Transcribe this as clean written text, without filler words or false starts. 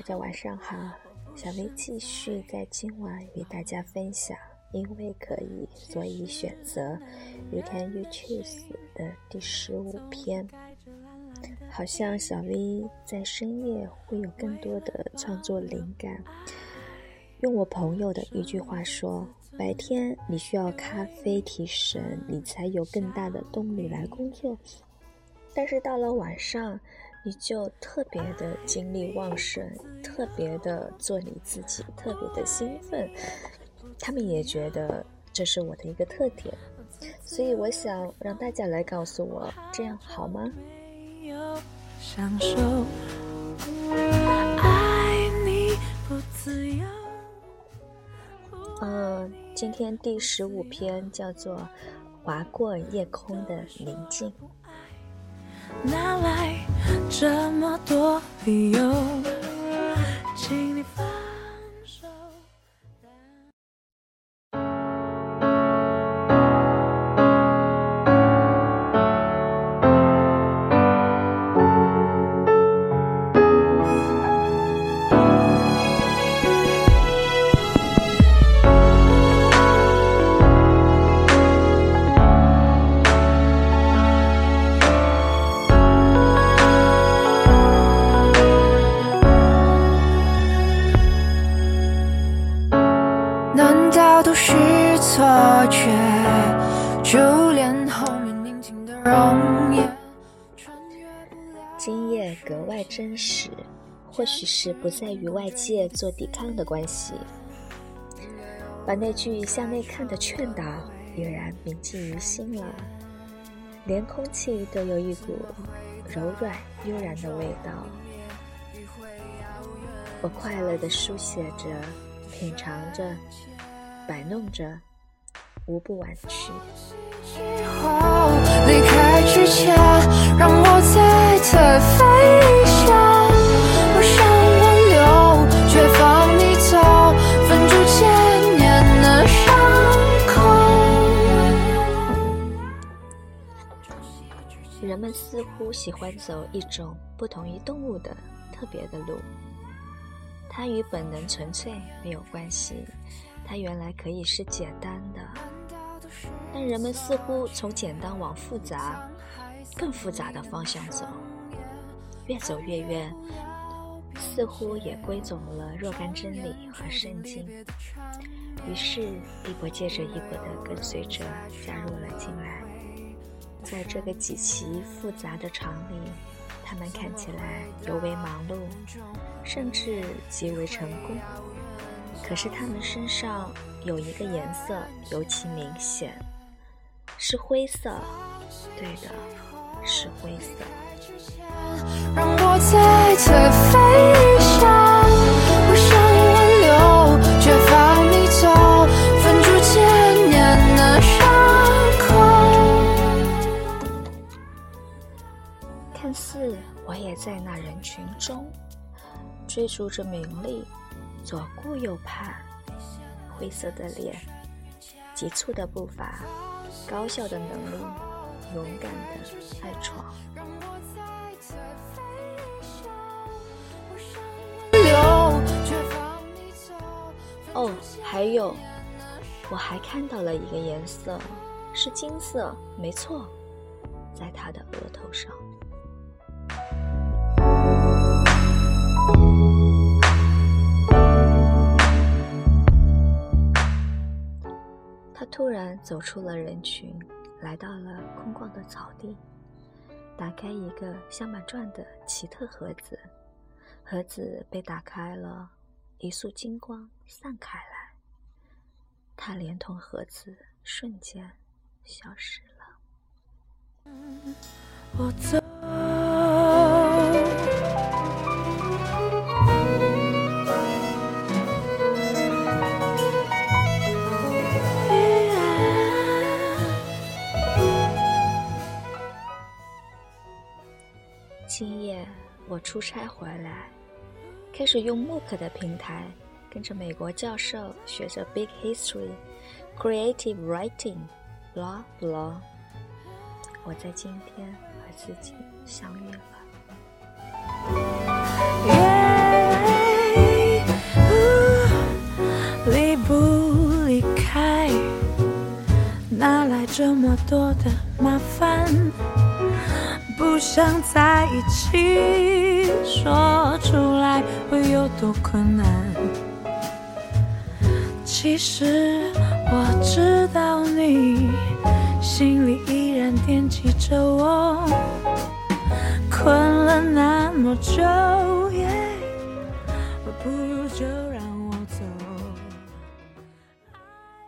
家晚上好，小薇继续在今晚与大家分享因为可以所以选择 You Can You Choose 的第15篇。好像小薇在深夜会有更多的创作灵感，用我朋友的一句话说，白天你需要咖啡提神，你才有更大的动力来工作，但是到了晚上你就特别的精力旺盛，特别的做你自己，特别的兴奋。他们也觉得这是我的一个特点，所以我想让大家来告诉我，这样好吗？享受爱你不自由。今天第15篇叫做划过夜空的宁静。哪来这么多理由，请你放手。是错觉，就连后面宁静的容颜。今夜格外真实，或许是不再与外界做抵抗的关系，把那句向内看的劝导依然铭记于心了，连空气都有一股柔软悠然的味道。我快乐地书写着，品尝着，摆弄着，无不婉曲。离开之前，让我再次飞翔，我想挽留，却放你走，分出千年的伤口。人们似乎喜欢走一种不同于动物的特别的路，它与本能纯粹没有关系，它原来可以是简单的，但人们似乎从简单往复杂、更复杂的方向走，越走越远，似乎也归总了若干真理和圣经。于是一波接着一波的跟随者加入了进来，在这个极其复杂的场里，他们看起来尤为忙碌，甚至极为成功。可是他们身上有一个颜色尤其明显，是灰色。对的，是灰色。让我再次飞翔，我想挽留，却放你走，分出千年的伤口。看似我也在那人群中追逐着名利，左顾右盼，灰色的脸，急促的步伐，高效的能力，勇敢的爱闯。哦，还有，我还看到了一个颜色，是金色，没错，在他的额头上。他突然走出了人群，来到了空旷的草地，打开一个镶满钻的奇特盒子，盒子被打开了，一束金光散开来，他连同盒子瞬间消失了。我走，今夜我出差回来，开始用MOOC的平台跟着美国教授学着 Big History、Creative Writing、blah blah。我在今天和自己相遇了。 么多的麻烦，不想在一起，说出来会有多困难。其实我知道你心里依然惦记着我，困了那么久